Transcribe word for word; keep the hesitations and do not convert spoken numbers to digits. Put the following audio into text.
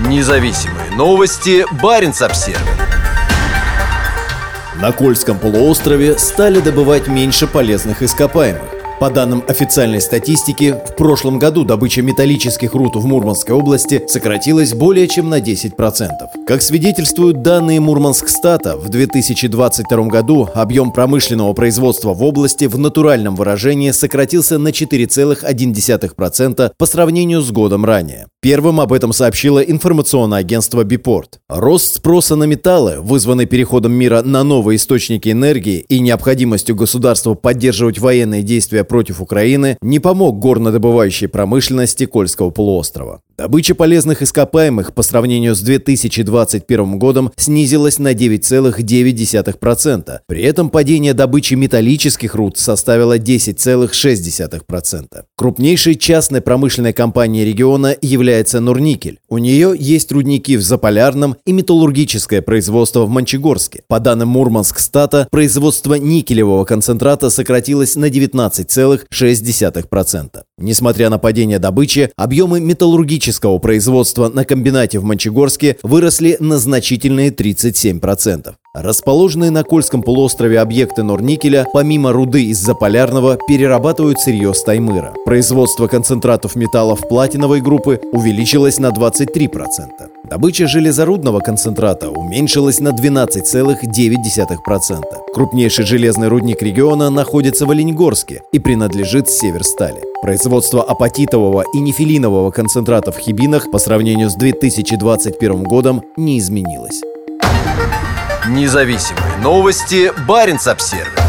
Независимые новости. Баренц-Обсервис. На Кольском полуострове стали добывать меньше полезных ископаемых. По данным официальной статистики, в прошлом году добыча металлических руд в Мурманской области сократилась более чем на десять процентов. Как свидетельствуют данные Мурманскстата, в две тысячи двадцать втором году объем промышленного производства в области в натуральном выражении сократился на четыре целых одна десятая процента по сравнению с годом ранее. Первым об этом сообщило информационное агентство Бипорт. Рост спроса на металлы, вызванный переходом мира на новые источники энергии и необходимостью государства поддерживать военные действия против Украины, не помог горнодобывающей промышленности Кольского полуострова. Добыча полезных ископаемых по сравнению с две тысячи двадцать первым годом снизилась на девять целых девять десятых процента. При этом падение добычи металлических руд составило десять целых шесть десятых процента. Крупнейшей частной промышленной компанией региона является Норникель. У нее есть рудники в Заполярном и металлургическое производство в Мончегорске. По данным Мурманскстата, производство никелевого концентрата сократилось на девятнадцать целых шесть десятых процента. Несмотря на падение добычи, объемы металлургического производства на комбинате в Мончегорске выросли на значительные тридцать семь процентов. Расположенные на Кольском полуострове объекты Норникеля, помимо руды из Заполярного, перерабатывают сырье с Таймыра. Производство концентратов металлов платиновой группы увеличилось на двадцать три процента. Добыча железорудного концентрата уменьшилась на двенадцать целых девять десятых процента. Крупнейший железный рудник региона находится в Оленегорске и принадлежит Северстали. Производство апатитового и нефелинового концентрата в Хибинах по сравнению с две тысячи двадцать первым годом не изменилось. Независимые новости. Баренц-Обсервис.